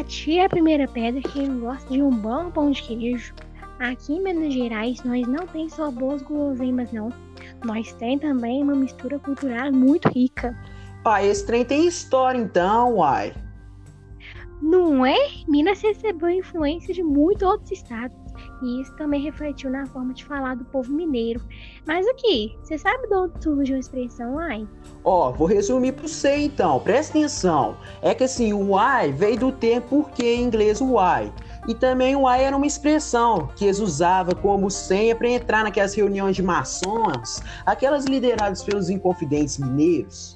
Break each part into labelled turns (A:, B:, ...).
A: atire a primeira pedra quem gosta de um bom pão de queijo. Aqui em Minas Gerais, nós não tem só boas guloseimas, não. Nós tem também uma mistura cultural muito rica.
B: Esse trem tem história então, uai.
A: Não é? Minas recebeu influência de muitos outros estados. E isso também refletiu na forma de falar do povo mineiro. Mas aqui, você sabe de onde surgiu a expressão, uai?
B: Vou resumir para você então, presta atenção. É que assim, o why veio do termo porquê em inglês o why. E também o why era uma expressão que eles usavam como senha para entrar naquelas reuniões de maçons, aquelas lideradas pelos inconfidentes mineiros.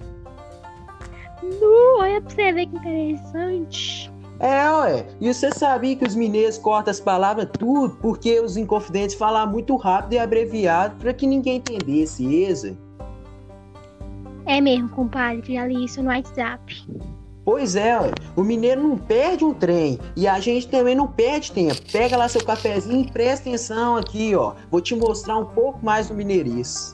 A: Olha pra você ver que interessante.
B: E você sabia que os mineiros cortam as palavras tudo porque os inconfidentes falam muito rápido e abreviado para que ninguém entendesse isso?
A: É mesmo, compadre, já li isso no WhatsApp.
B: Pois o mineiro não perde um trem e a gente também não perde tempo. Pega lá seu cafezinho e presta atenção aqui, vou te mostrar um pouco mais do mineirice.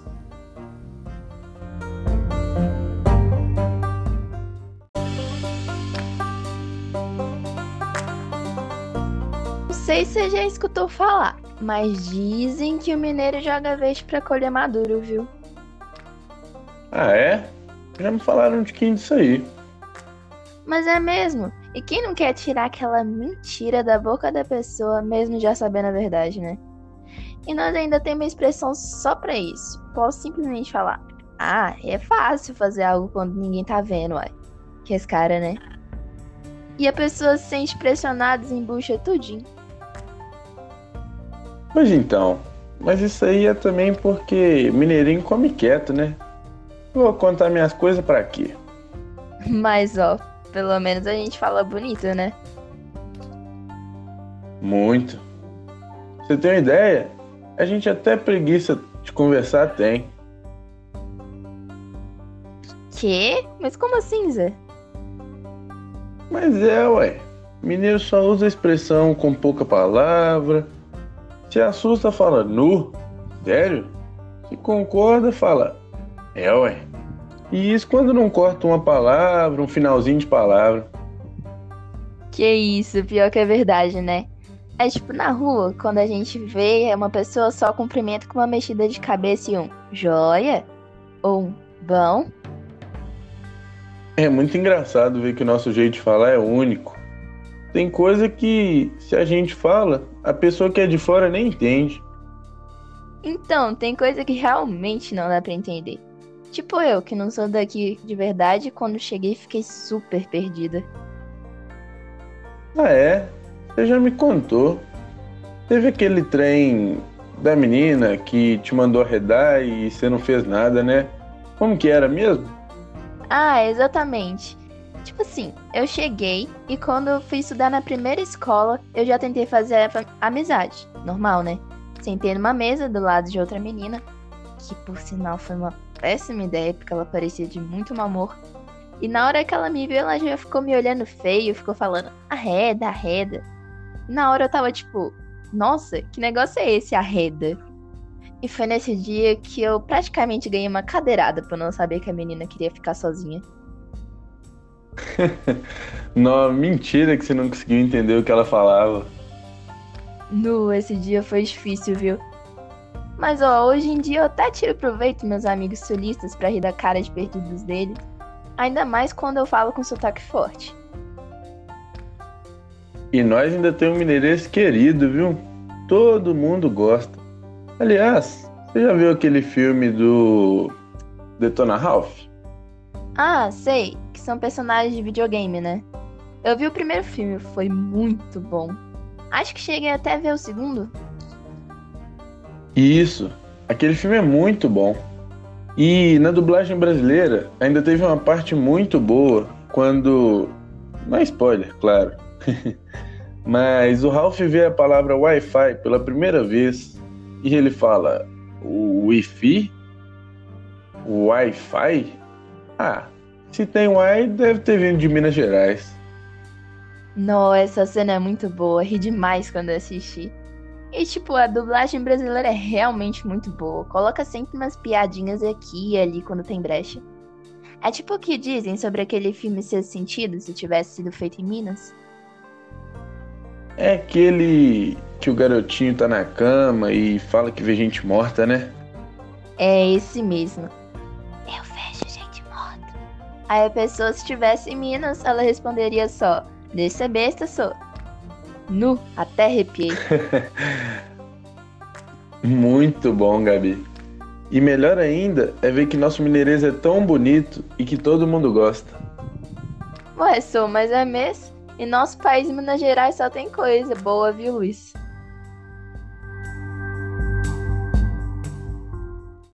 C: Não sei se você já escutou falar, mas dizem que o mineiro joga verde pra colher maduro, viu?
D: Ah, é? Já me falaram um tiquinho disso aí.
C: Mas é mesmo. E quem não quer tirar aquela mentira da boca da pessoa, mesmo já sabendo a verdade, né? E nós ainda temos uma expressão só pra isso. Posso simplesmente falar: é fácil fazer algo quando ninguém tá vendo, uai. Que esse cara, né? E a pessoa se sente pressionada e desembucha tudinho.
D: Pois então, mas isso aí é também porque mineirinho come quieto, né? Vou contar minhas coisas pra quê?
C: Mas pelo menos a gente fala bonito, né?
D: Muito. Você tem uma ideia? A gente até preguiça de conversar tem.
C: Quê? Mas como assim, Zé?
D: Mas ué. Mineiro só usa a expressão com pouca palavra. Se assusta, fala nu. Sério? Se concorda, fala ué. E isso quando não corta uma palavra, um finalzinho de palavra.
C: Que isso, pior que é verdade, né? É tipo na rua, quando a gente vê uma pessoa só cumprimenta com uma mexida de cabeça e um joia ou um bom.
D: É muito engraçado ver que o nosso jeito de falar é único. Tem coisa que, se a gente fala, a pessoa que é de fora nem entende.
C: Então, tem coisa que realmente não dá pra entender. Tipo eu, que não sou daqui de verdade, quando cheguei fiquei super perdida.
D: Ah, é? Você já me contou. Teve aquele trem da menina que te mandou arredar e você não fez nada, né? Como que era mesmo?
C: Exatamente. Tipo assim, eu cheguei e quando eu fui estudar na primeira escola, eu já tentei fazer amizade. Normal, né? Sentei numa mesa do lado de outra menina, que por sinal foi uma péssima ideia, porque ela parecia de muito mau humor. E na hora que ela me viu, ela já ficou me olhando feio, ficou falando, arreda, arreda. E na hora eu tava tipo, nossa, que negócio é esse, arreda? E foi nesse dia que eu praticamente ganhei uma cadeirada por não saber que a menina queria ficar sozinha.
D: Não, mentira que você não conseguiu entender o que ela falava.
C: Esse dia foi difícil, viu? Mas hoje em dia eu até tiro proveito dos meus amigos sulistas pra rir da cara de perdidos deles. Ainda mais quando eu falo com sotaque forte.
D: E nós ainda temos um mineirês querido, viu? Todo mundo gosta. Aliás, você já viu aquele filme do Detona Ralph?
C: Sei, que são personagens de videogame, né? Eu vi o primeiro filme, foi muito bom. Acho que cheguei até a ver o segundo.
D: Isso, aquele filme é muito bom. E na dublagem brasileira ainda teve uma parte muito boa quando... Não é spoiler, claro. Mas o Ralph vê a palavra Wi-Fi pela primeira vez e ele fala: Wi-Fi? Wi-Fi? Se tem Wi, deve ter vindo de Minas Gerais.
C: Nossa, essa cena é muito boa, ri demais quando eu assisti. E tipo, a dublagem brasileira é realmente muito boa. Coloca sempre umas piadinhas aqui e ali quando tem brecha. É tipo o que dizem sobre aquele filme Sexto Sentido, se tivesse sido feito em Minas.
D: É aquele que o garotinho tá na cama e fala que vê gente morta, né?
C: É esse mesmo. Eu vejo gente morta. Aí a pessoa, se estivesse em Minas, ela responderia só: Desse é besta, sou. Nu, até arrepiei.
D: Muito bom, Gabi. E melhor ainda é ver que nosso mineirês é tão bonito e que todo mundo gosta.
C: Ué, sou, mas é mesmo? E nosso país, Minas Gerais, só tem coisa boa, viu, Luiz?